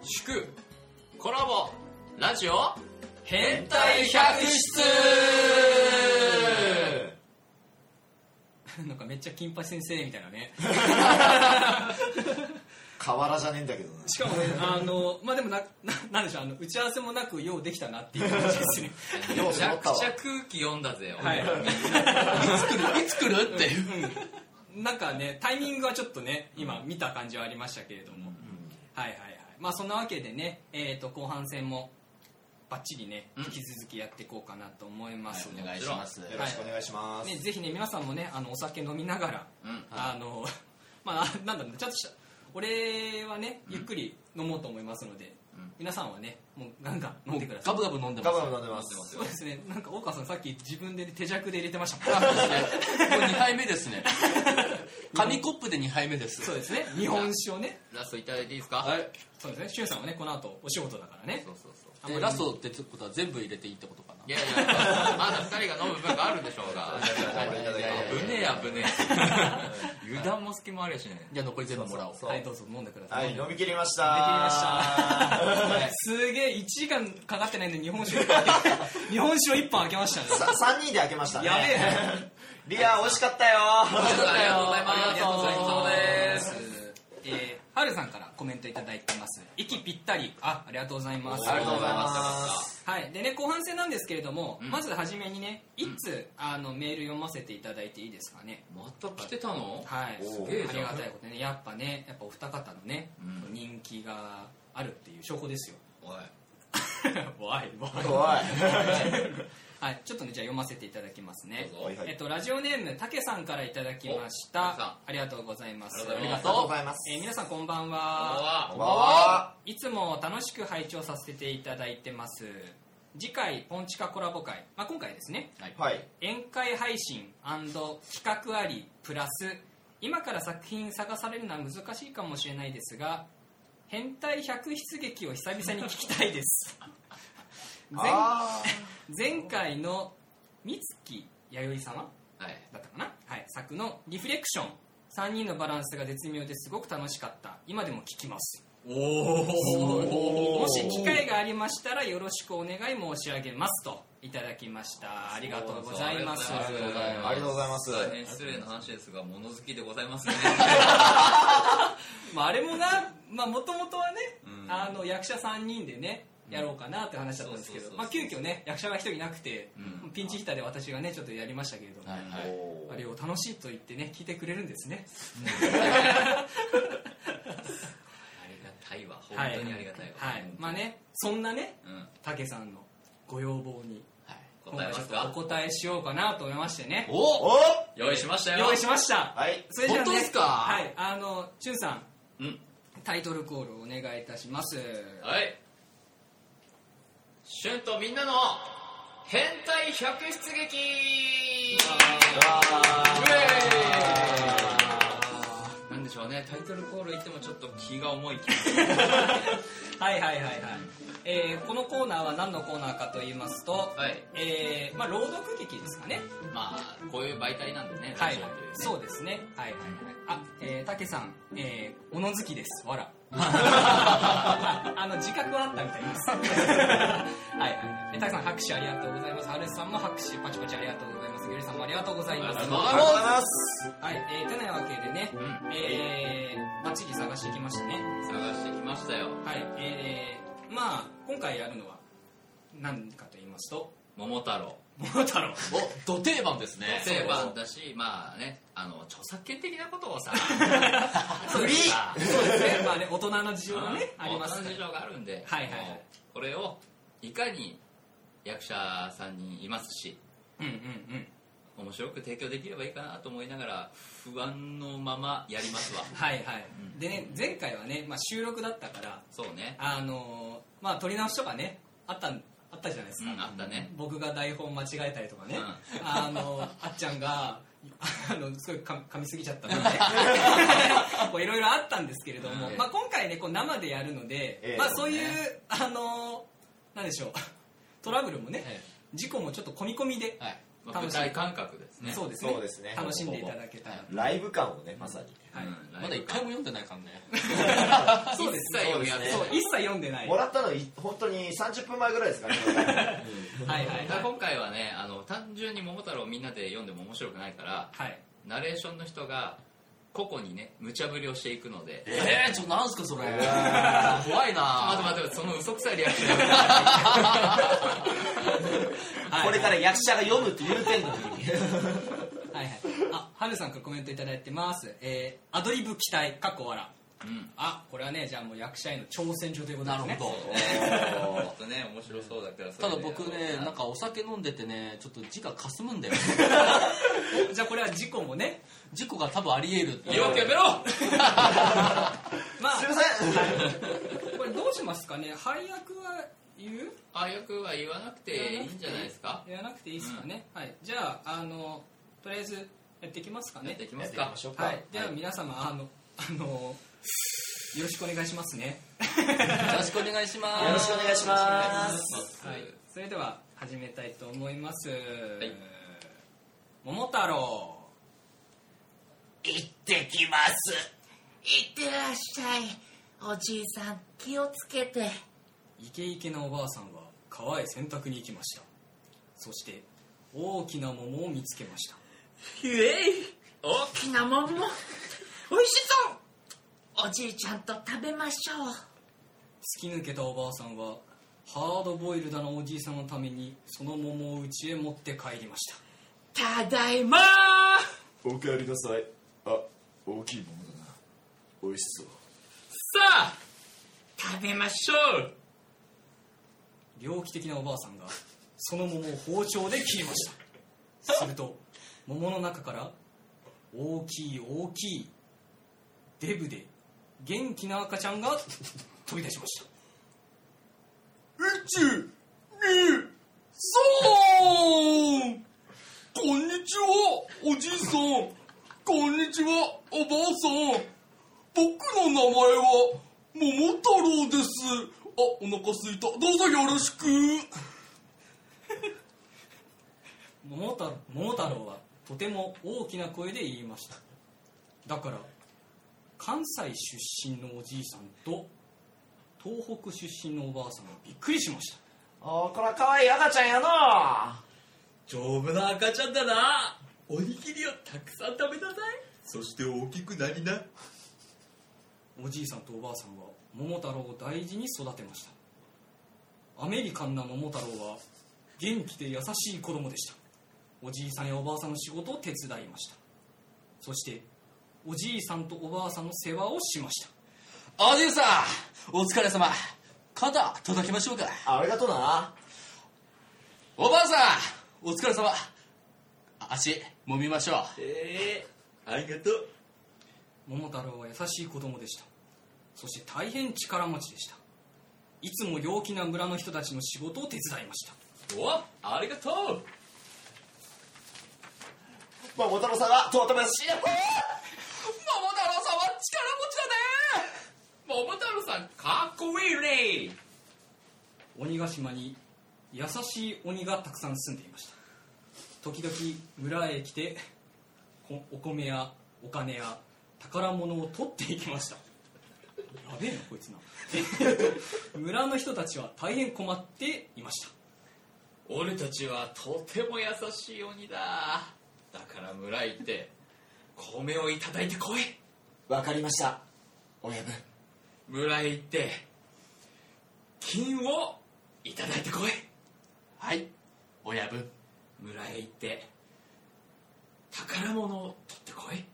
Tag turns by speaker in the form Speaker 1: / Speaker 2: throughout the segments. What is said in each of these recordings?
Speaker 1: 祝コラボラジオ
Speaker 2: 変態百室なんかめっちゃ金八先生みたいなね
Speaker 3: 河原じゃねえんだけどね。
Speaker 2: しかもねまあでもなんでしょう、打ち合わせもなくようできたなっていう感じですね
Speaker 1: めちゃくちゃ空気読んだぜ、
Speaker 2: はい
Speaker 1: いつ来るっていう、
Speaker 2: なんかねタイミングはちょっとね今見た感じはありましたけれども、はいはいはい、まあそんなわけでね、後半戦もバッチリね、引き続きやっていこうかなと思いますので、
Speaker 1: お願いします。
Speaker 3: よろしくお願いします。
Speaker 2: ね、ぜひね皆さんもねお酒飲みながら、まあなんだろう、ちょっとした俺はねゆっくり飲もうと思いますので、皆さんはねもうガンガン飲んでください。
Speaker 1: ガブガブ飲んでます。
Speaker 3: ガブガブ飲んでます。
Speaker 2: そうですね、なんか大川さんさっき自分で手酌で入れてましたもん
Speaker 1: これ2杯目ですね。紙コップで2杯目です。
Speaker 2: そうですね、日本酒をね。
Speaker 1: ラストいただいていいですか。
Speaker 3: はい。
Speaker 2: そうですね、しゅんさんはねこの後お仕事だからね。
Speaker 1: そうそうそう。ラストってことは全部入れていいってことかな。いやいや、まだ2人が飲む分があるでしょうが。危ねえ危ねえ。油断も隙もありゃしね。じゃあ残り全部もらおう。
Speaker 2: はい、どうぞ飲んでください。
Speaker 3: はい、飲み切りました。
Speaker 2: 飲み切りました。すげえ1時間かかってないんで日本酒を1本開けましたね。
Speaker 3: 3人で開けましたね。
Speaker 2: やべえ。
Speaker 3: リア美味しかったよ。
Speaker 1: ありがとうございます。
Speaker 2: ありがとうございます。
Speaker 1: そうです。
Speaker 2: はるさんからコメントいただいてます。息ぴったり。ありがとうございます。
Speaker 3: ありがとうございます。
Speaker 2: はい。でね、後半戦なんですけれども、まずはじめにね、いつメール読ませていただいていいですかね。
Speaker 1: また来てたの？
Speaker 2: はい。
Speaker 1: すげえじゃん。
Speaker 2: ありがたいことね。やっぱお二方のね、人気があるっていう証拠ですよ。
Speaker 1: おい。
Speaker 2: おい。はい、ちょっとねじゃあ読ませていただきますね。ラジオネームたけさんからいただきました。ありがとうございます。
Speaker 3: ありがとうございます。
Speaker 2: 皆さんこんばんは。
Speaker 3: こんばんは。
Speaker 2: いつも楽しく拝聴させていただいてます。次回ポンチカコラボ会、今回ですね、
Speaker 3: はい、
Speaker 2: 宴会配信&企画ありプラス今から作品探されるのは難しいかもしれないですが、変態百出劇を久々に聞きたいです前回の三月弥生様、だったかな、作のリフレクション、3人のバランスが絶妙ですごく楽しかった。今でも聞きます。もし機会がありましたらよろしくお願い申し上げますといただきました。ありがとうございます。
Speaker 3: ありがとうございます。
Speaker 1: 大変失礼な話ですが物好きでございますね
Speaker 2: あれもな、もともとはね、役者3人でねやろうかなって話だったんですけど、急遽ね役者が1人いなくて、ピンチヒッターで私がねちょっとやりましたけれども、あれを楽しいと言ってね聞いてくれるんですね
Speaker 1: ありがたいわ、本当にありがたいわ。
Speaker 2: まあね、そんなねたけさんのご要望に今回ちょっとお答えしようかなと思いましてね。
Speaker 1: 用意しましたよ。
Speaker 2: 用意しました。それじゃあね、
Speaker 1: 本当ですか？
Speaker 2: はい、しゅんさん、タイトルコールをお願いいたします。
Speaker 1: はい。しゅんとみんなの変態百出劇。なんでしょうね、タイトルコール言ってもちょっと気が重い気がする
Speaker 2: はいこのコーナーは何のコーナーかと言いますと、朗読劇ですかね。
Speaker 1: こういう媒体なんでね。
Speaker 2: そうですね。たけさん、物好きです。わら自覚はあったみたいですたけさん拍手ありがとうございます。はるさんも拍手パチパチありがとうございます。ゆりさんもありがとうございます。
Speaker 3: ありがとうございます。
Speaker 2: てなわけでね、バッチリ探してきましたね。
Speaker 1: 探してきましたよ。
Speaker 2: 今回やるのは何かと言いますと、
Speaker 1: 桃太郎。
Speaker 3: ど定番ですね。
Speaker 1: 定番だし、著作権的なことをさ
Speaker 2: そうですね、大人の事情がねあります。
Speaker 1: 大人の事情があるんで、これをいかに役者さんにいますし、面白く提供できればいいかなと思いながら不安のままやりますわ。
Speaker 2: でね、前回はね、収録だったから、
Speaker 1: そうね、
Speaker 2: 撮り直しとかねあったじゃないですか。
Speaker 1: あったね。
Speaker 2: 僕が台本間違えたりとかね、あっちゃんがすごい噛みすぎちゃったのでいろいろあったんですけれども、今回ね生でやるので、そういうなんでしょうトラブルもね、事故もちょっと込み込みで
Speaker 1: 舞台感覚ですね。
Speaker 2: そうですね。楽しんでいただけたら。
Speaker 3: ライブ感をね、まさに。
Speaker 1: まだ一回も読んでないからね。
Speaker 2: そうですね。一切読んでない。
Speaker 3: もらったの本当に30分前ぐらいですかね。
Speaker 1: 今回はね、単純に桃太郎をみんなで読んでも面白くないから、ナレーションの人が個々にね無茶ぶりをしていくので。
Speaker 3: ちょっとなんすかそれ。怖いな。
Speaker 1: 待ってその嘘くさいリアクション。
Speaker 3: これから役者が読むって言うてんのに。
Speaker 2: はるさんからコメントいただいてます。アドリブ期待かっこ笑。これはね、じゃあもう役者への挑戦状ということですね。
Speaker 3: なるほ
Speaker 1: ど。ちょっとね面白そうだから。
Speaker 4: ただ僕ね、なんかお酒飲んでてね、ちょっと字がかすむんだよ。
Speaker 2: じゃあこれは事故もね、
Speaker 4: 事故が多分あり得る。
Speaker 1: 言い訳やめろ。
Speaker 3: すいませ
Speaker 2: ん。これどうしますかね。配役は言う？
Speaker 1: 配役は言わなくていいんじゃないですか。
Speaker 2: 言わなくていいですかね。じゃあとりあえずやっていきますかね。
Speaker 1: やっていきますか。
Speaker 2: では皆様よろしくお願いしますね。
Speaker 4: よろしくお願いします。
Speaker 3: よろしくお願いします。
Speaker 2: それでは始めたいと思います。桃太郎。
Speaker 5: 行ってきます。行ってらっしゃい。おじいさん気をつけて。
Speaker 2: イケイケなおばあさんは川へ洗濯に行きました。そして大きな桃を見つけました。
Speaker 5: 大きな桃おいしそう。おじいちゃんと食べましょう。
Speaker 2: 突き抜けたおばあさんはハードボイルドなおじいさんのためにその桃を家へ持って帰りました。
Speaker 5: ただいま。
Speaker 3: おかえりなさい。大きい桃だな。おいしそう。
Speaker 5: さあ食べましょう。
Speaker 2: 猟奇的なおばあさんがその桃を包丁で切りました。すると桃の中から大きいデブで元気な赤ちゃんが飛び出しました。
Speaker 6: 1、2、3。こんにちはおじいさん。こんにちはおばあさん。僕の名前は桃太郎です。お腹すいた。どうぞよろしく。
Speaker 2: 桃太郎はとても大きな声で言いました。だから関西出身のおじいさんと東北出身のおばあさんがびっくりしました。
Speaker 3: これはかわいい赤ちゃんやな。
Speaker 1: 丈夫な赤ちゃんだな。おにぎりをたくさん食べなさい。そして大きくなりな。
Speaker 2: おじいさんとおばあさんは桃太郎を大事に育てました。アメリカンな桃太郎は元気で優しい子供でした。おじいさんやおばあさんの仕事を手伝いました。そしておじいさんとおばあさんの世話をしました。
Speaker 4: おじいさんお疲れ様。肩叩きましょうか。
Speaker 3: ありがとうな。
Speaker 4: おばあさんお疲れ様。足揉みましょう。
Speaker 1: ありがとう。
Speaker 2: 桃太郎は優しい子供でした。そして大変力持ちでした。いつも陽気な村の人たちの仕事を手伝いました。
Speaker 1: ありがとう。
Speaker 3: 桃太郎さんはとてもしい。
Speaker 1: 桃太郎さんは力持ちだね。桃太郎さんかっこいいね。
Speaker 2: 鬼ヶ島に優しい鬼がたくさん住んでいました。時々村へ来てお米やお金や宝物を取っていきました。やべえなこいつな。村の人たちは大変困っていました。
Speaker 1: 俺たちはとても優しい鬼だ。だから村へ行って米をいただいてこい。
Speaker 3: わかりました親分。
Speaker 1: 村へ行って金をいただいてこい。
Speaker 4: はい親分。
Speaker 1: 村へ行って宝物を取ってこい。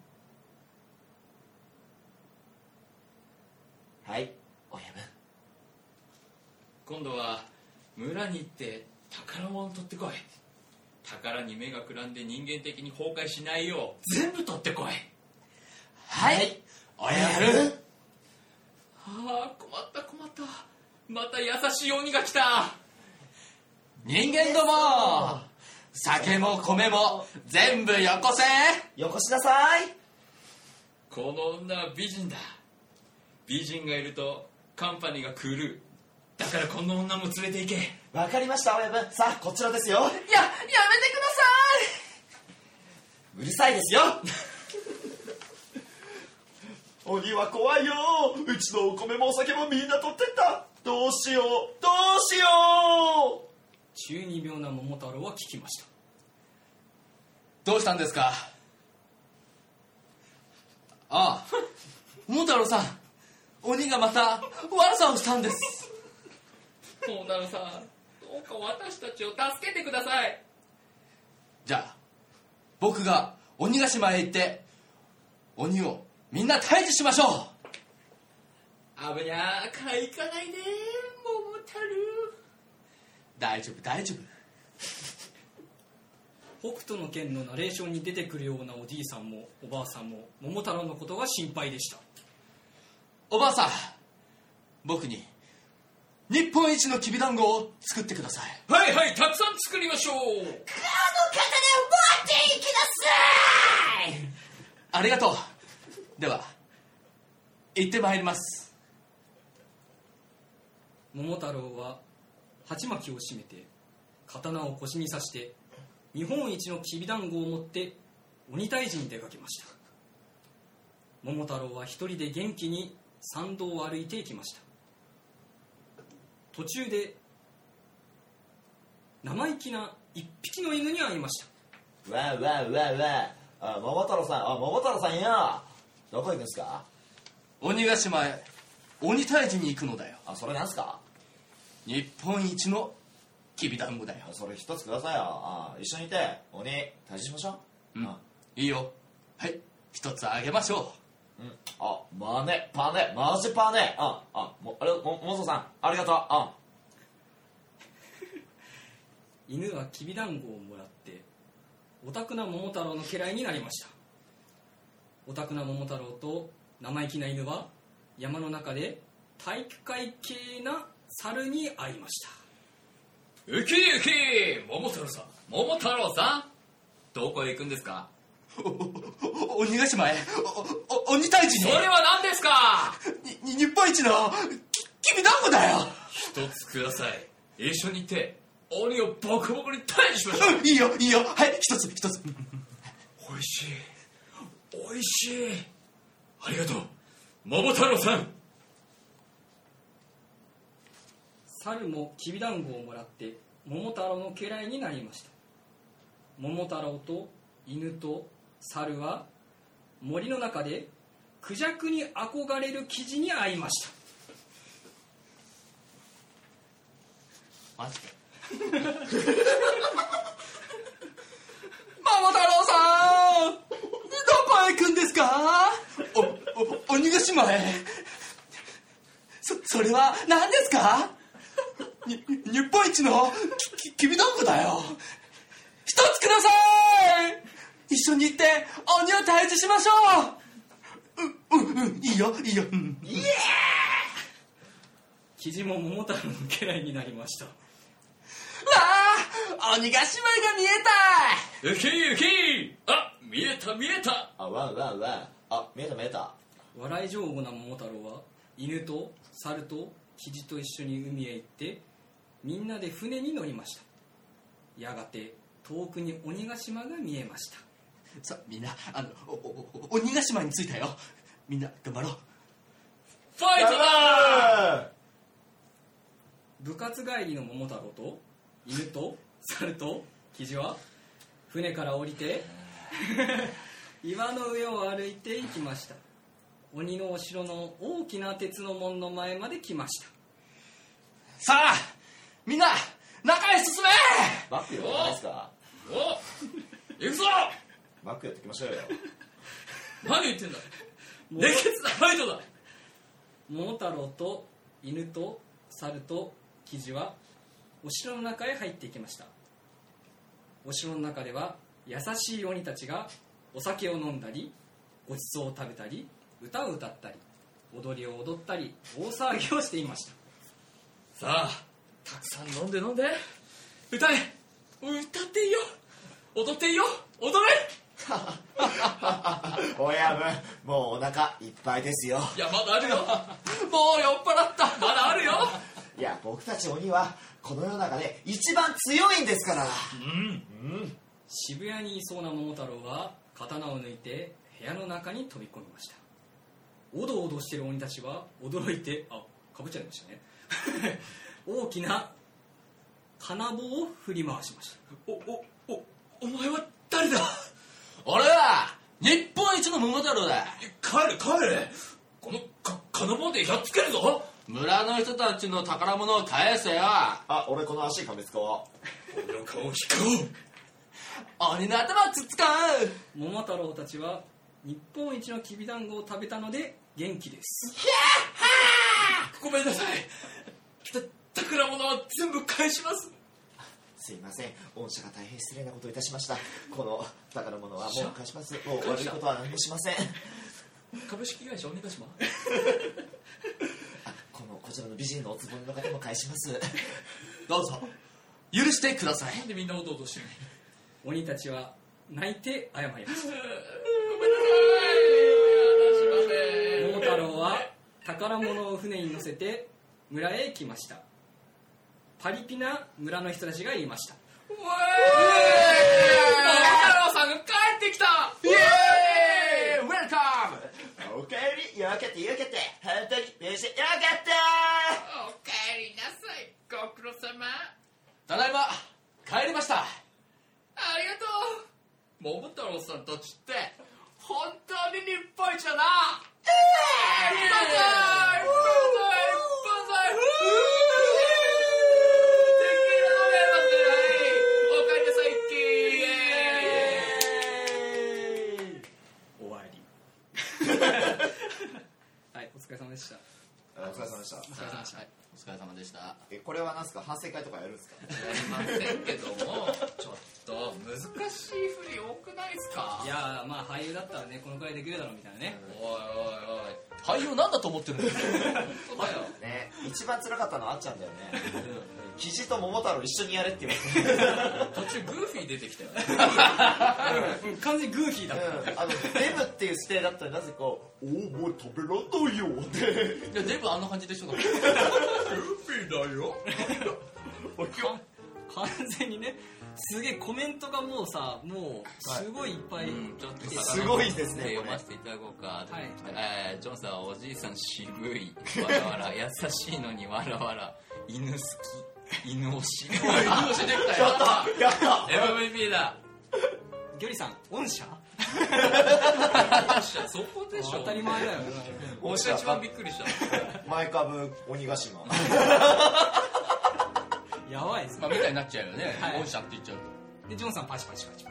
Speaker 3: はい親分。
Speaker 1: 今度は村に行って宝物を取ってこい。宝に目がくらんで人間的に崩壊しないよう全部取ってこい。
Speaker 4: はい親分。
Speaker 1: 困ったまた優しい鬼が来た。
Speaker 4: 人間ども酒も米も全部よこせ。
Speaker 3: よこしなさい。
Speaker 1: この女は美人だ。美人がいるとカンパニーが狂う。 だからこの女も連れて行け。
Speaker 3: わかりました親分。さあこちらですよ。
Speaker 4: やめてくださ
Speaker 3: うるさいですよ鬼は怖いよ。うちのお米もお酒もみんな取ってった。どうしようどうしよう。
Speaker 2: 中二病な桃太郎は聞きました。
Speaker 4: どうしたんですか？ああ、桃太郎さん、鬼がまた悪さをしたんです。
Speaker 1: 桃太郎さん、どうか私たちを助けてください。
Speaker 4: じゃあ僕が鬼ヶ島へ行って鬼をみんな退治しましょ
Speaker 1: あぶにゃーから行かないで桃太郎。
Speaker 4: 大丈夫大丈夫。
Speaker 2: 北斗の拳のナレーションに出てくるようなおじいさんもおばあさんも桃太郎のことが心配でした。
Speaker 4: おばあさん、僕に日本一のきびだんごを作ってください。
Speaker 1: はいはい、たくさん作りましょう。
Speaker 5: この方で持っていきなさい。
Speaker 4: ありがとう。では行ってまいります。
Speaker 2: 桃太郎は鉢巻きを締めて刀を腰に刺して日本一のきびだんごを持って鬼退治に出かけました。桃太郎は一人で元気に参道を歩いていきました。途中で生意気な一匹の犬に会いました。
Speaker 3: わわわわ。あ、桃太郎さん、桃太郎さんや。どこ行くんですか？
Speaker 4: 鬼ヶ島へ鬼退治に行くのだよ。
Speaker 3: それなんすか？
Speaker 4: 日本一のきびだんごだよ。
Speaker 3: それ一つくださいよ。一緒にいて鬼退治しましょう。
Speaker 4: いいよ。はい、一つあげましょう。
Speaker 3: マネパネマジパネ。モゾさんありがとう。
Speaker 2: 犬はきびだんごをもらってオタクな桃太郎の家来になりました。オタクな桃太郎と生意気な犬は山の中で体育会系な猿に会いました。
Speaker 1: ウキウキ、桃太郎さん、桃太郎さん、どこへ行くんですか？
Speaker 4: 鬼ヶ島へ鬼退治に。
Speaker 1: それは何ですか？
Speaker 4: 日本一のきびだんごだよ。
Speaker 1: 一つください。一緒に行って鬼をボコボコに退治しましょう。
Speaker 4: いいよいいよ。はい、一つ。
Speaker 1: おいしいおいしい。ありがとう桃太郎さん。
Speaker 2: 猿もきびだんごをもらって桃太郎の家来になりました。桃太郎と犬と猿は森の中でクジャクに憧れるキジに会いました。
Speaker 4: マジで桃太郎さん、どこへ行くんですか？鬼ヶ島へ。それは何ですか？日本一のきびだんごだよ。一つください。一緒に行って鬼を退治しましょう。いいよいいよ。イエーイ。
Speaker 2: キジも桃太郎の家来になりました。
Speaker 4: 鬼ヶ島が見え
Speaker 1: た。ウキウキ。見えた見えた。
Speaker 3: わ見えた見えた。
Speaker 2: 笑い上手な桃太郎は犬と猿とキジと一緒に海へ行ってみんなで船に乗りました。やがて遠くに鬼ヶ島が見えました。
Speaker 4: さあみんな鬼ヶ島に着いたよ。みんな頑張ろう。
Speaker 1: ファイトだ。
Speaker 2: 部活帰りの桃太郎と犬と猿とキジは船から降りて岩の上を歩いて行きました。鬼のお城の大きな鉄の門の前まで来ました。
Speaker 4: さあみんな中へ進め。
Speaker 3: バックやってないですか？
Speaker 1: 行くぞ。
Speaker 3: バックやってきましょうよ。
Speaker 1: 何言ってんだ。熱血なファイトだ。
Speaker 2: 桃太郎と犬と猿とキジはお城の中へ入っていきました。お城の中では優しい鬼たちがお酒を飲んだりごちそうを食べたり歌を歌ったり踊りを踊ったり大騒ぎをしていました。
Speaker 1: さあたくさん飲んで歌え。歌っていいよ。踊っていいよ。踊れ。
Speaker 3: 親分もうお腹いっぱいですよ。
Speaker 1: いやまだあるよ。
Speaker 4: もう酔っ払った。
Speaker 1: まだあるよ。
Speaker 3: いや僕たち鬼はこの世の中で一番強いんですから。
Speaker 2: 渋谷にいそうな桃太郎は刀を抜いて部屋の中に飛び込みました。おどおどしてる鬼たちは驚いて、かぶっちゃいましたね大きな金棒を振り回しました。
Speaker 6: お前は誰だ？
Speaker 4: 俺は日本一の桃太郎だ。
Speaker 6: 帰れ。この金棒でやっつけるぞ。
Speaker 4: 村の人たちの宝物を返せよ。
Speaker 3: 俺この足噛みつこう。
Speaker 6: 俺の顔を引こ
Speaker 4: う。鬼の頭つつか
Speaker 2: う。桃太郎たちは日本一のきびだんごを食べたので元気です。
Speaker 6: ごめんなさい。宝物は全部返します。
Speaker 3: すいません、御社が大変失礼なことをいたしました。この宝物はもう返します。もう悪いことは何もしません。
Speaker 6: 株式会社お願いします。
Speaker 3: こちらの美人のおつぼねの方も返します。
Speaker 4: どうぞ許してください。
Speaker 6: なんでみんなおどおどしてない？
Speaker 2: 鬼たちは泣いて謝りました。
Speaker 6: ごめんなさい。
Speaker 2: 桃太郎は宝物を船に乗せて村へ行きました。パリピな村の人たちが言いました。
Speaker 6: 桃太郎さんが帰ってきた。
Speaker 4: イエーイ、ウェルカム。
Speaker 3: おかえり、よけて本当に召しよかった。
Speaker 5: おかえりなさい、ご苦労様。
Speaker 4: ただいま帰りました。
Speaker 5: ありがとう。
Speaker 6: 桃太郎さんたちって本当に日本一だな。万歳。
Speaker 2: お疲れ様でした。
Speaker 3: お疲れ様でした。
Speaker 4: お疲れ様でした。
Speaker 3: これは何ですか、反省会とかやるんですか？
Speaker 1: やりませんけども、ちょっと難しい振り多くないですか？
Speaker 2: いやまあ俳優だったらねこのくらいできるだろうみたいなね。
Speaker 4: 俳優なんだと思ってるんですか？
Speaker 1: そうだよ
Speaker 3: ね、一番辛かったのはあっちゃんだよね。キジと桃太郎一緒にやれって言われて
Speaker 1: 途中グーフィー出てきたよ
Speaker 2: 完全にグーフィーだった、
Speaker 3: デブっていう指定だったらなぜかもう食べらんないよって
Speaker 4: いやデブあんな感じでしょ。グー
Speaker 6: フィーだよ。
Speaker 2: 完全にねすげえコメントがもうさもうすごいいっぱい、
Speaker 1: ちょっと
Speaker 3: すごいですねこれ
Speaker 1: 読ませていただこうか。ジョンさんはおじいさん渋いわらわら優しいのにわらわら犬好き犬推し
Speaker 4: 犬推しできたよ。
Speaker 3: やった
Speaker 1: MVP だ。
Speaker 2: ギョリさん御社
Speaker 1: そこでしょ。
Speaker 2: 当たり前だよ。
Speaker 1: 俺が一番びっくりした。
Speaker 3: 前株鬼ヶ島
Speaker 2: やばいですね、
Speaker 4: みたいになっちゃうよね。
Speaker 2: はい
Speaker 4: 御社って言っちゃうと。
Speaker 2: でジョンさんパチパチ。はい、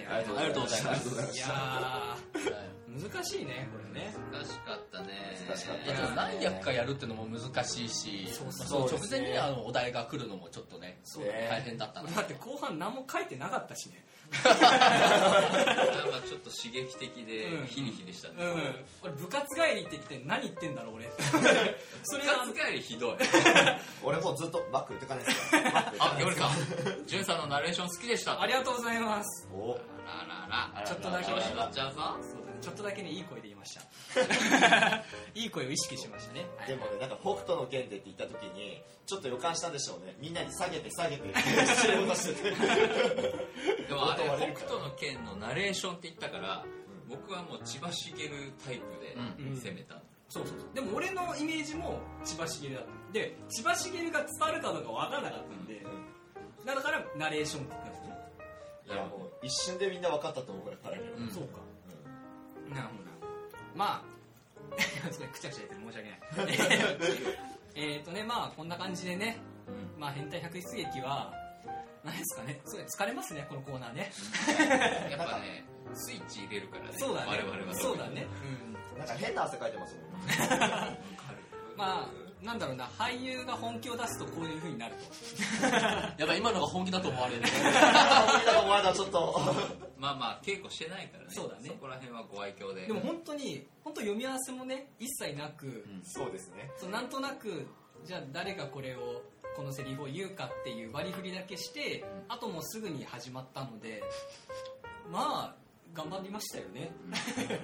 Speaker 4: ありがとうございます。
Speaker 2: いや難しいねこれね。
Speaker 1: 難しかったね。
Speaker 4: いや何役かやるってのも難しいし、そう直前にお題が来るのもちょっとね大変だったな。
Speaker 2: だって後半何も書いてなかったしね。
Speaker 1: ちょっと刺激的でヒリヒリしたね。
Speaker 2: 俺部活帰りって言って何言ってんだろう俺。
Speaker 1: それ部活帰りひどい。
Speaker 3: 俺もうずっとバック打ってかないですか。
Speaker 1: ヨルさん、ジュンさんのナレーション好きでした。
Speaker 2: ありがとうございます。
Speaker 3: お
Speaker 2: ちょっとだけ
Speaker 1: 調子乗っちゃうぞ。
Speaker 2: ちょっとだけねいい声で言いました。いい声を意識しましたね。
Speaker 3: でもねなんか北斗の拳でって言った時にちょっと予感したんでしょうね。みんなに下げて指令を出してて。
Speaker 1: でもあれ北斗の拳のナレーションって言ったから、僕はもう千葉茂タイプで攻めた。
Speaker 2: そうでも俺のイメージも千葉茂だった。で千葉茂が伝わるかどうか分からなかったんで、だからナレーションって言ったんですね。
Speaker 3: いやもう一瞬でみんな分かったと思うから。
Speaker 2: そうか。なるほど。まあすごいくちゃくちゃ言って申し訳ない。まあこんな感じでね、まあ変態百出劇は何ですかね、すごい疲れますねこのコーナーね。
Speaker 1: やっぱねスイッチ入れるからね。
Speaker 2: そうだね。
Speaker 1: 我々は
Speaker 2: そうだね。
Speaker 3: なんか変な汗かいてますもん。
Speaker 2: まあなんだろうな、俳優が本気を出すとこういう風になると。
Speaker 4: やっぱ今のが本気だと思われる。
Speaker 3: 本気だと思われたらちょっと。
Speaker 1: まあ稽古してないからね。
Speaker 2: そうだね。
Speaker 1: そこら辺はご愛嬌で。
Speaker 2: でも本当読み合わせもね一切なく、
Speaker 3: そうですね。
Speaker 2: なんとなくじゃあ誰がこのセリフを言うかっていう割り振りだけして、あともうすぐに始まったので、まあ頑張りましたよね。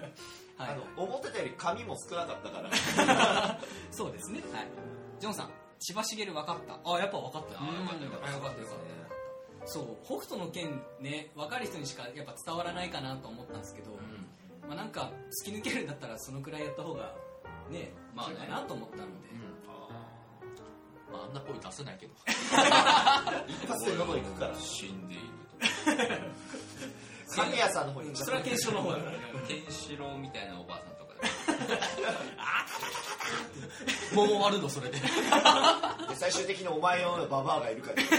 Speaker 2: 思
Speaker 3: ってたより紙も少なかったから。
Speaker 2: そうですね。はい。ジョンさん千葉茂分かった。あ、やっぱ分かった。
Speaker 1: よかったよかった。
Speaker 2: そう、北斗の拳ね、分かる人にしかやっぱ伝わらないかなと思ったんですけど、まあなんか突き抜けるんだったらそのくらいやった方がね、まあね、かなと思ったので、
Speaker 4: まあ、あんな声出せないけど
Speaker 3: 一発で喉行くから
Speaker 1: 死んでいる
Speaker 3: と影屋さんの方に
Speaker 2: それはケンシロウの方だね。
Speaker 1: ケンシロウみたいなおばあさんとか
Speaker 4: もう終わるのそれで
Speaker 3: 最終的にお前のババアがいるから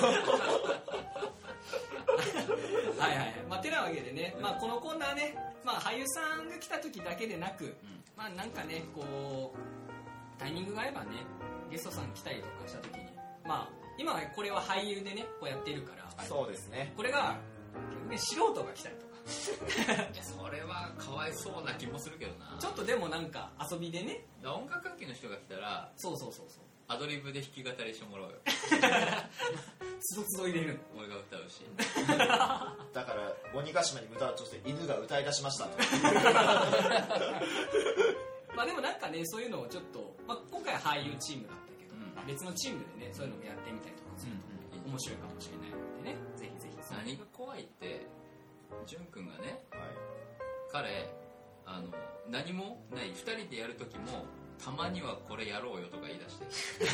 Speaker 2: はいはいはい。まあてなわけでね、まあこのコーナーね、まあ俳優さんが来た時だけでなく、まあなんかね、こうタイミングが合えばね、ゲストさん来たりとかした時に、まあ今はこれは俳優でねこうやってるから、
Speaker 3: そうですね。
Speaker 2: これが素人が来たりとか
Speaker 1: いやそれはかわいそうな気もするけどな。
Speaker 2: ちょっとでもなんか遊びでね、
Speaker 1: 音楽関係の人が来たら、
Speaker 2: そう
Speaker 1: アドリブで弾き語りしてもらおうよ
Speaker 2: つどつど入れる。
Speaker 1: 俺が歌うし
Speaker 3: だから鬼ヶ島に歌うとして犬が歌い出しました
Speaker 2: まあでもなんかね、そういうのをちょっと、まあ、今回は俳優チームだったけど、別のチームでねそういうのもやってみたりとかすると面白いかもしれないのでね、ぜひぜひ。
Speaker 1: 何が怖いって潤くんがね、彼何もない2人でやる時もたまにはこれやろうよとか言い出して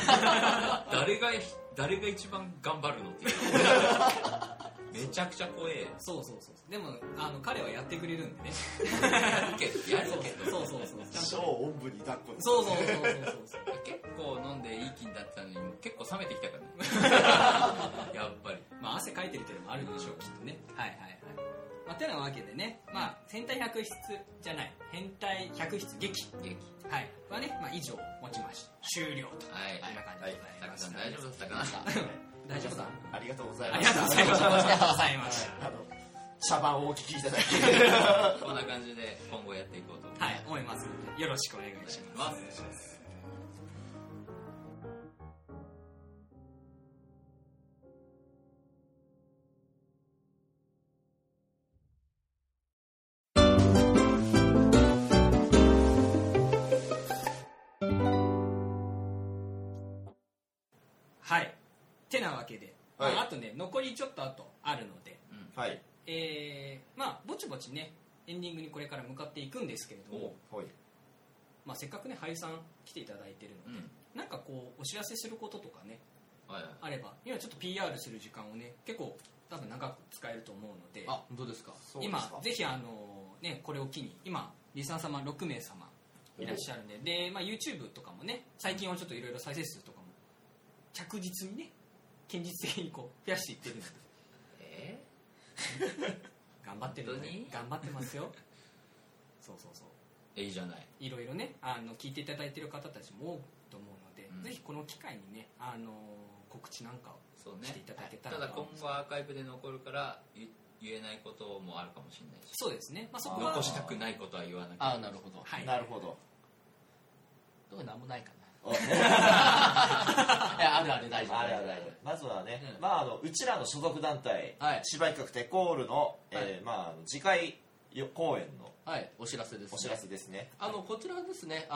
Speaker 1: 誰が一番頑張るのってめちゃくちゃ怖え。
Speaker 2: そうでも彼はやってくれるんでね
Speaker 1: やるけど
Speaker 2: そう
Speaker 3: 超おんぶに抱っこで
Speaker 2: そう
Speaker 1: 結構飲んでいい気になってたのに結構冷めてきたからねやっぱり
Speaker 2: まあ汗かいてるっていうのもあるでしょうきっとね。はいはいはい。まあてなわけでね、まあ変態百出じゃない変態百出劇はいはね、まあ以上持ちました。終了と。
Speaker 1: はい。
Speaker 2: こんな感じでございました。
Speaker 1: 大丈夫だったかな
Speaker 2: 大丈夫だ。
Speaker 3: ありがとうござい
Speaker 2: あり
Speaker 3: ます。
Speaker 2: がとうございました。
Speaker 3: 茶番をお聞きいただき
Speaker 1: こんな感じで今後やっていこうと
Speaker 2: 思いますのでよろしくお願いします。はい。てなわけで、まあ、あとね残りちょっとあるので、
Speaker 3: はい。
Speaker 2: まあぼちぼちねエンディングにこれから向かっていくんですけれども、まあせっかくね俳優さん来ていただいてるので、なんかこうお知らせすることとかね、あれば今ちょっと PR する時間をね結構多分長く使えると思うので、
Speaker 4: あ、どうですか。
Speaker 2: 今ぜひねこれを機に今リスナー様6名様いらっしゃるんで、まあ YouTube とかもね最近はちょっといろいろ再生数とかも着実にね堅実的にこう増やしていってるんで頑張ってるね。頑張ってますよそう
Speaker 1: いいじゃない。
Speaker 2: いろいろね聞いていただいてる方たちも多いと思うので、ぜひこの機会にね告知なんかをしていただけたら、
Speaker 1: ただ今後アーカイブで残るから言えないこともあるかもしれないし、
Speaker 2: そうですね、まあ、そこは
Speaker 1: 残したくないことは言わなきゃいけない。
Speaker 4: なるほど、
Speaker 3: なるほど。
Speaker 4: どうなんもないかなある大丈夫。
Speaker 3: まずはね、まあうちらの所属団体芝居企画テコールのまあ次回公演の
Speaker 4: お知らせですね。
Speaker 3: お知らせですね。
Speaker 4: こちらですね、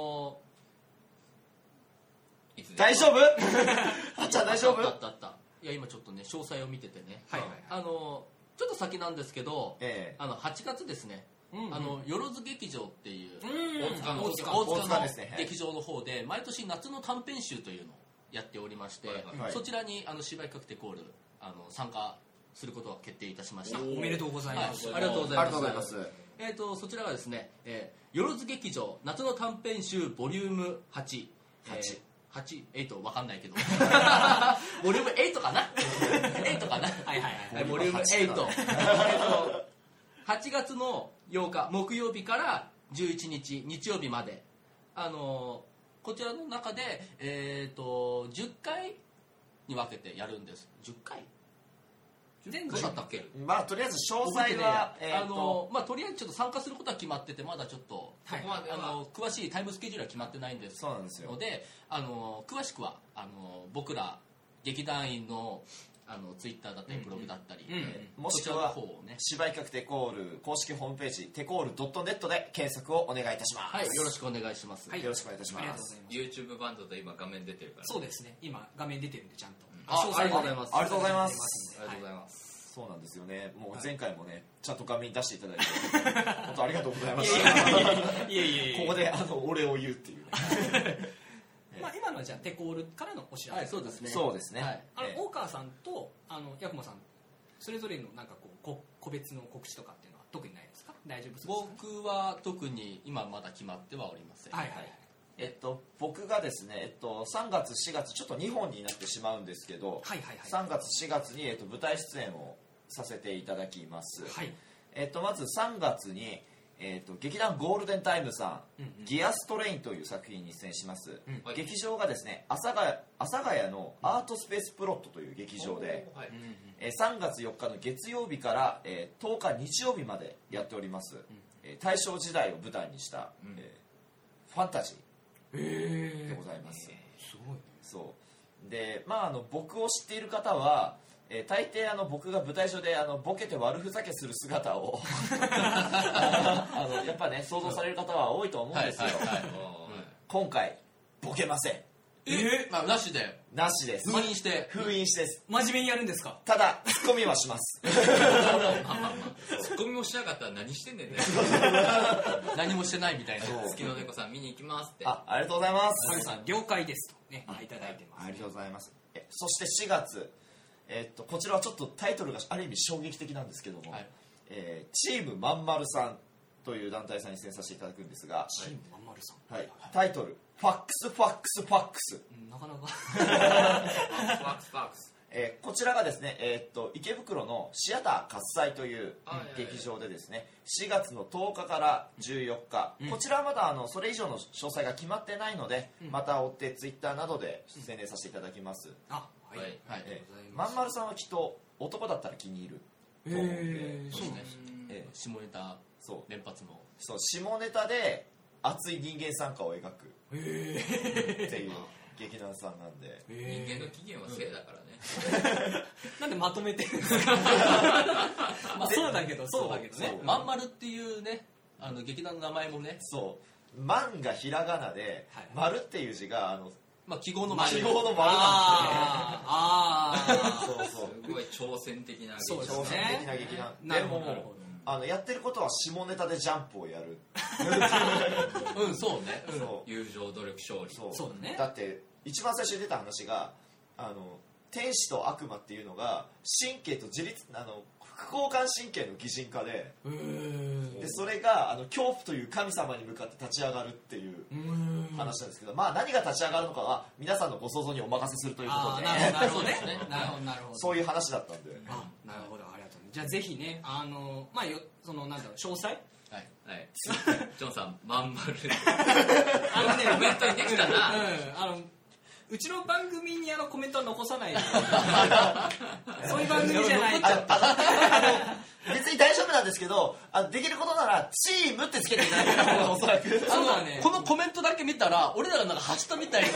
Speaker 3: 大丈夫？あっちゃん大丈夫？
Speaker 4: あった。いや今ちょっとね詳細を見ててね、ちょっと先なんですけど、8月ですね、よろず劇場っていう大塚の劇場の方で毎年夏の短編集というのをやっておりまして、そちらに芝居企画テコール参加することが決定いたしました。
Speaker 2: おめでとうございます。
Speaker 4: ありがとうございます。そちらがですね、よろず劇場夏の短編集ボリューム8、8わかんないけどボリューム8かな8かなボリューム8 8月の8日木曜日から11日日曜日までこちらの中で10回に分けてやるんです。10回
Speaker 2: 全部
Speaker 4: どうだったっけ。
Speaker 3: まあとりあえず詳細は
Speaker 4: まあとりあえずちょっと参加することは決まってて、まだちょっとそこまで詳しいタイムスケジュールは決まってないんですので、詳しくは僕ら劇団員のツイッターだったりブログだったり、
Speaker 3: もしくは芝居企画テコール公式ホームページテコール .net で検索をお願いいたします。
Speaker 4: はい、よろしくお願いします。
Speaker 3: よろしくお願いいたします。
Speaker 1: YouTube バンドと今画面出てるから。
Speaker 2: そうですね、今画面出てるんでちゃんと。
Speaker 4: ありがとうございます。
Speaker 3: ありがとうございます。
Speaker 1: ありがとうございます。
Speaker 3: そうなんですよね。もう前回もね、ちゃんと画面に出していただいて本当ありがとうございました。ここでお礼を言うっていう。
Speaker 2: まあ今のはじゃあテコールからのお知らせ。
Speaker 4: はい、そうですね。
Speaker 3: そうですね。
Speaker 2: 大川さんとヤクモさんそれぞれのなんかこう個別の告知とかっていうのは特にないですか？大丈夫ですか？
Speaker 4: 僕は特に今まだ決まってはおりません。
Speaker 2: はいはい。
Speaker 3: 僕がですね、3月4月ちょっと2本になってしまうんですけど、3月4月に舞台出演をさせていただきます。はい。まず3月に劇団ゴールデンタイムさん、ギアストレインという作品に出演します。劇場がですね、阿佐ヶ谷のアートスペースプロットという劇場で、3月4日の月曜日から10日日曜日までやっております。大正時代を舞台にしたファンタジーでございます。
Speaker 2: すごいね。
Speaker 3: そうで、僕を知っている方は大抵僕が舞台上でボケて悪ふざけする姿をやっぱね想像される方は多いと思うんですよ。今回ボケません。
Speaker 4: なしで。
Speaker 3: なしです。
Speaker 4: 封印して
Speaker 3: です。
Speaker 2: 真面目にやるんですか？
Speaker 3: ただツッコミはします。
Speaker 1: ツッコミもしなかったら何してんねんね。
Speaker 4: 何もしてないみたいな。
Speaker 1: 月の猫さん見に行きますって。
Speaker 3: ありがとうございます。
Speaker 2: 神さん了解ですとねいただいてます。
Speaker 3: ありがとうございます。そして4月こちらはちょっとタイトルがある意味衝撃的なんですけども、チームまんまるさんという団体さんに出演させていただくんですが、
Speaker 2: チームまんまるさん、
Speaker 3: タイトルファックスファックスファックス、
Speaker 2: なかなか
Speaker 1: ファックスファックス。
Speaker 3: こちらがですね、池袋のシアター喝采という劇場でですね、4月の10日から14日、こちらはまだそれ以上の詳細が決まってないので、また追ってツイッターなどで宣伝させていただきます。まんまるさんはきっと男だったら気に入ると思うんで、
Speaker 4: そうね、下ネタ連発の
Speaker 3: 下ネタで熱い人間参加を描くっていう劇団さんなんで、
Speaker 1: 人間の起源は性だからね。
Speaker 2: なんでまとめてるんですか？そうだけどね。
Speaker 4: まんまるっていうね劇団の名前もね、
Speaker 3: まんがひらがなで、丸っていう字が
Speaker 4: 記号の丸なんですね。
Speaker 1: すごい挑戦的な
Speaker 3: 劇団。でもやってることは下ネタでジャンプをやる。
Speaker 4: そうね。
Speaker 1: 友情努力勝利。
Speaker 2: そうだね。
Speaker 3: だって一番最初に出た話が天使と悪魔っていうのが神経と自律副交感神経の擬人化で、それが恐怖という神様に向かって立ち上がるっていう話なんですけど、何が立ち上がるのかは皆さんのご想像にお任せするということで、
Speaker 2: なるほどね。なるほど。
Speaker 3: そういう話だったんで。
Speaker 2: なるほど、ありがとう。じゃあぜひねそのなんだろう詳細。
Speaker 1: ジョンさんまんまる。コメントにできたな。
Speaker 2: うちの番組にコメントは残さないで。そういう番組じゃない。
Speaker 3: 別に大丈夫なんですけど、できることならチームってつけていただけた方がおそらく。
Speaker 4: このコメントだけ見たら俺らがなんか走ったみたいな。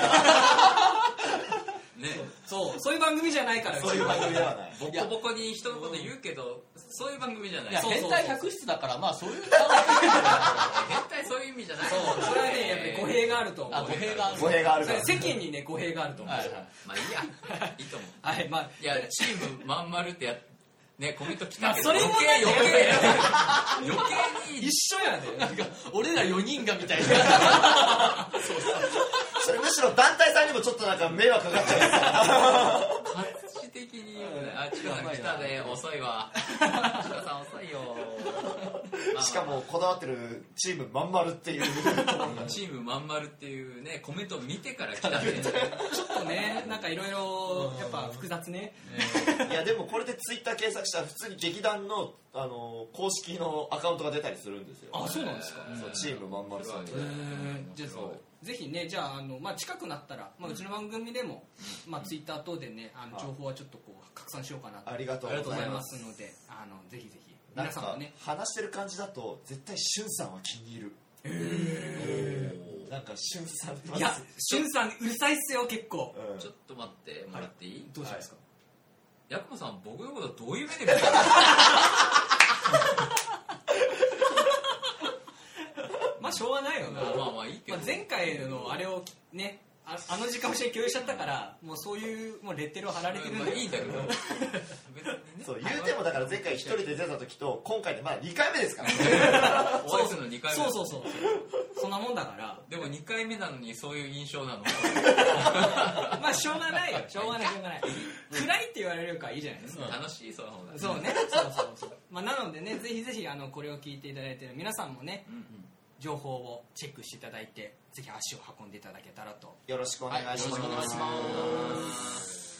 Speaker 2: そういう番組じゃないから。
Speaker 3: そういう番組ではない。
Speaker 1: ボコボコに人のこと言うけど、そういう番組じゃない。
Speaker 4: 変態百室だからそういう。
Speaker 1: 変態そういう意味じゃない。
Speaker 2: それはねやっぱり語弊があると思う。
Speaker 3: 語弊があるから。
Speaker 2: 世間にね語弊があると思う。
Speaker 1: いいや、いいと思う。いやチームまんまるってコメント来たけど、
Speaker 2: それも
Speaker 1: 余計に
Speaker 2: 一緒やね。
Speaker 4: 俺ら4人がみたいな。
Speaker 3: それむしろ団体さんにもちょっとなんか迷惑かかっちゃう。
Speaker 1: 活字的に言うね。ちかさん来たね。遅いわ。ちかさん遅いよ。
Speaker 3: しかもこだわってるチームまんまるっていう
Speaker 1: チームまんまるっていうねコメントを見てから来たね。
Speaker 2: ちょっとねなんかいろいろやっぱ複雑ね。
Speaker 3: いやでもこれでツイッター検索したら普通に劇団の公式のアカウントが出たりするんですよ。
Speaker 2: そうなんですか。
Speaker 3: チームまんまるさんで。
Speaker 2: じゃあぜひねじゃあ近くなったらうちの番組でもツイッター等でね情報はちょっと拡散しようかなと。
Speaker 3: ありがとうございます
Speaker 2: のでぜひぜひ
Speaker 3: 皆さんもね話してる感じだと絶対しゅんさんは気に入る。なんかしゅんさん
Speaker 2: いやしゅんさんうるさいっすよ結構。
Speaker 1: ちょっと待ってもらっていい？
Speaker 2: どうしますか？
Speaker 1: ヤクマさん僕のことどういう目で見てる
Speaker 2: まあしょうがないよな。
Speaker 1: まあいいけど、
Speaker 2: 前回のあれをね、あの時間をして共有しちゃったから、もうそういうもうレッテルを貼られてるんで、
Speaker 1: いいんだけど
Speaker 3: そう言うてもだから前回一人で出た時と今回でまあ2回目ですからね
Speaker 1: お会いするの2回目。
Speaker 2: そうそんなもんだから。
Speaker 1: でも2回目なのにそういう印象なの
Speaker 2: まあしょうがないよ、しょうがない暗いって言われるからいいじゃないですか。
Speaker 1: 楽しい、その方が。
Speaker 2: そうね、そうまあなのでね、ぜひぜひこれを聞いていただいている皆さんもね、情報をチェックしていただいて、ぜひ足を運んでいただけたらと。
Speaker 3: よろしくお願いします。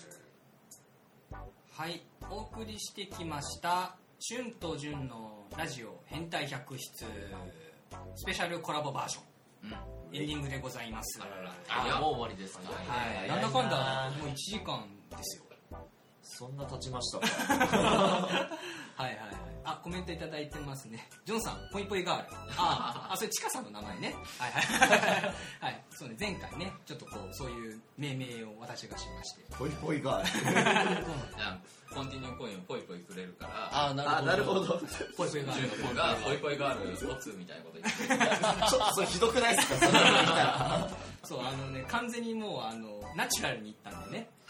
Speaker 2: はい、お送りしてきました春と純のラジオ変態百室スペシャルコラボバージョン、エンディングでございます。
Speaker 1: もう終わりですか。
Speaker 2: はい、なんだかんだもう1時間ですよ。
Speaker 3: そんな経ちましたか
Speaker 2: はいあ、コメントいただいてますね。ジョンさん、ぽいぽいガール。それチカさんの名前ね。はい、そうね、前回ね、ちょっとこうそういう命名を私がしまして。
Speaker 3: ぽいぽいガール。
Speaker 1: コンティニューコインをぽいぽいくれるから。
Speaker 3: なるほど。
Speaker 2: ぽいぽいガール。
Speaker 1: ぽいぽいガールおつみたいなこと言って。
Speaker 3: ちょっとそれひどくないですか。それ見たら。
Speaker 2: そう完全にもうナチュラルにいったんでね。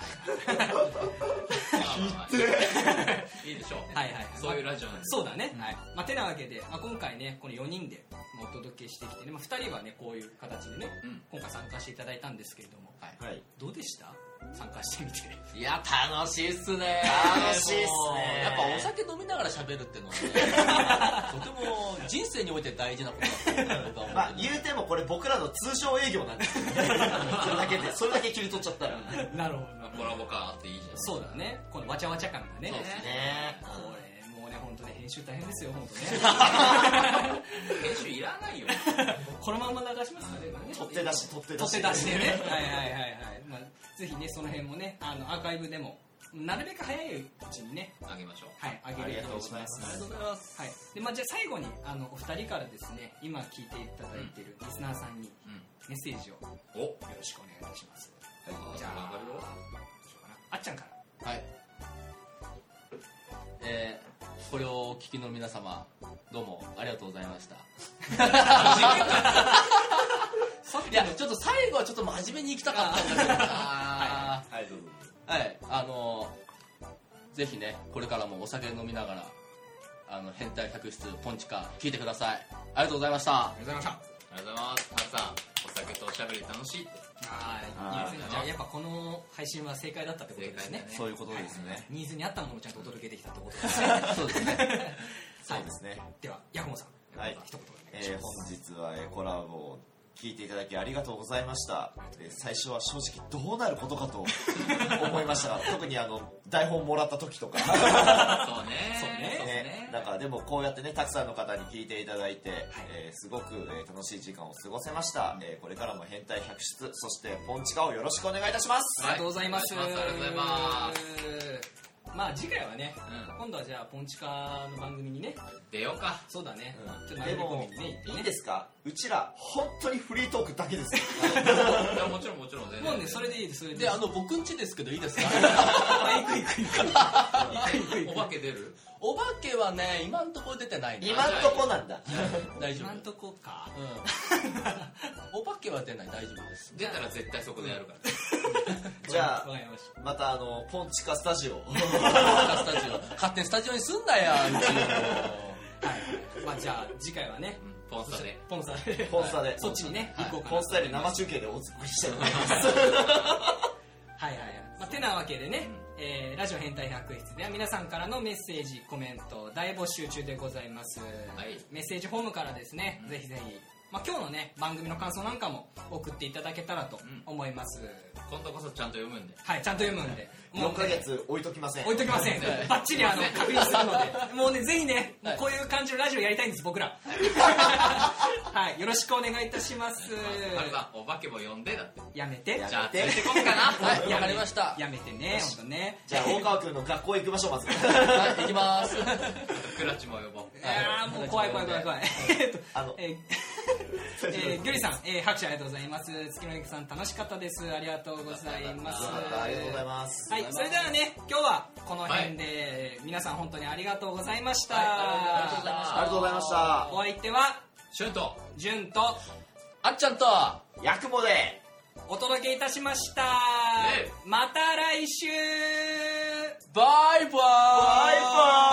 Speaker 1: いいでしょう。
Speaker 2: はい
Speaker 1: そういうラジオなんで。
Speaker 2: そうだね。はい。てなわけで、今回ねこの4人でお届けしてきてね、2人はねこういう形でね、今回参加していただいたんですけれども、どうでした？参加してみて。
Speaker 4: いや楽しいっすね。
Speaker 3: 楽しいっすね。
Speaker 4: やっぱお酒飲みながら喋るっていうのはね、とても人生において大事なことだと
Speaker 3: まあ言うてもこれ僕らの通常営業なんですよね。それだけ切り取っちゃったら。
Speaker 2: なるほど。
Speaker 1: コラボ感あっていいじゃん。
Speaker 2: そうだね。このわちゃわちゃ感がね。
Speaker 3: そうですね。
Speaker 2: これもうね本当ね編集大変ですよ本当ね。
Speaker 1: 編集いらないよ。
Speaker 2: このまま流しますかね。
Speaker 3: 取って出し
Speaker 2: でね。はい。まあぜひねその辺もねアーカイブでもなるべく早いうちにね
Speaker 1: あげましょう。
Speaker 2: はい、あげるようにします。
Speaker 3: ありがとうございます。
Speaker 2: はい。でじゃあ最後にお二人からですね今聞いていただいているリスナーさんにメッセージをよろしくお願いします。じゃああっちゃんから。
Speaker 4: はい。これをお聞きの皆様どうもありがとうございました。いやちょっと最後はちょっと真面目に行きたかったんだけどな。
Speaker 3: はいどうぞ。
Speaker 4: はいぜひねこれからもお酒飲みながら変態百室ポンチカ聞いてください。ありがとうございました。
Speaker 1: ありがとうございます。たくさんお酒とおしゃべり楽しいって。
Speaker 2: じゃあやっぱこの配信は正解だったってことですね。
Speaker 3: そういうことですね。
Speaker 2: ニーズに合ったものをちゃんとお届けできたってことですね。
Speaker 4: そうですね。
Speaker 3: そうですね。
Speaker 2: ではヤコモさん、一言お願いします。
Speaker 3: 本日はコラボを聞いていただきありがとうございました。最初は正直どうなることかと思いましたが、特に台本もらった時とか
Speaker 1: そうね。
Speaker 3: だからでもこうやってねたくさんの方に聞いていただいて、すごく楽しい時間を過ごせました。これからも変態百室そしてポンチカをよろしくお願いいたします。
Speaker 2: ありがとうございます。
Speaker 1: ありがとうございます。
Speaker 2: まあ次回はね、今度はじゃあポンチカの番組にね
Speaker 1: 出ようか。
Speaker 2: そうだね。
Speaker 3: でもいいですか？うちら本当にフリートークだけです。
Speaker 1: もちろんも
Speaker 2: うねそれでいいです。
Speaker 4: で僕ん家ですけどいいですか？
Speaker 2: 行く。
Speaker 1: お化け出る？
Speaker 4: お化けはね今んとこ出てない。
Speaker 3: 今んとこなんだ。
Speaker 4: 大丈夫。
Speaker 2: 今んとこか。
Speaker 4: お化けは出ない。大丈夫です。
Speaker 1: 出たら絶対そこでやるから。
Speaker 3: じゃあまたポンチカスタジオ
Speaker 4: 勝手にスタジオにすんなよ。
Speaker 2: はい。まあじゃあ次回はね
Speaker 1: ポンス
Speaker 3: タで
Speaker 2: そっちにね行こうかな。
Speaker 3: ポンスタで生中継でお送りしたいと思います。
Speaker 2: はい。てなわけでね、ラジオ変態百室では皆さんからのメッセージコメント大募集中でございます。メッセージフォームからですね、ぜひぜひ今日のね番組の感想なんかも送っていただけたらと思います。
Speaker 1: 今度こそちゃんと読むんで。
Speaker 2: はい、ちゃんと読むんで。
Speaker 3: 4ヶ月置いときません。
Speaker 2: バッチリ確認するので、もうねぜひねこういう感じのラジオやりたいんです僕ら。はい、よろしくお願いいたします。
Speaker 1: お化けも呼んでだって。
Speaker 2: やめて。
Speaker 1: じゃあ連れてこっかな。
Speaker 4: はい、わかりました。
Speaker 2: やめてね本当ね。
Speaker 3: じゃあ大川君の学校行きましょうまず。
Speaker 4: はい、行きます。
Speaker 1: クラッチも呼ぼう。
Speaker 2: もう怖い。 ギョリさん、拍手ありがとうございます。月の肉さん楽しかったです。ありがとうございます。
Speaker 3: ありがとうございます。
Speaker 2: はい、それではね、今日はこの辺で、皆さん本当にありがとうございました。
Speaker 3: ありがとうございました。
Speaker 2: お相手は
Speaker 1: シュンと
Speaker 2: ジュンと
Speaker 1: あっちゃんと
Speaker 3: ヤクモで
Speaker 2: お届けいたしました。また来週。
Speaker 4: バイバイ。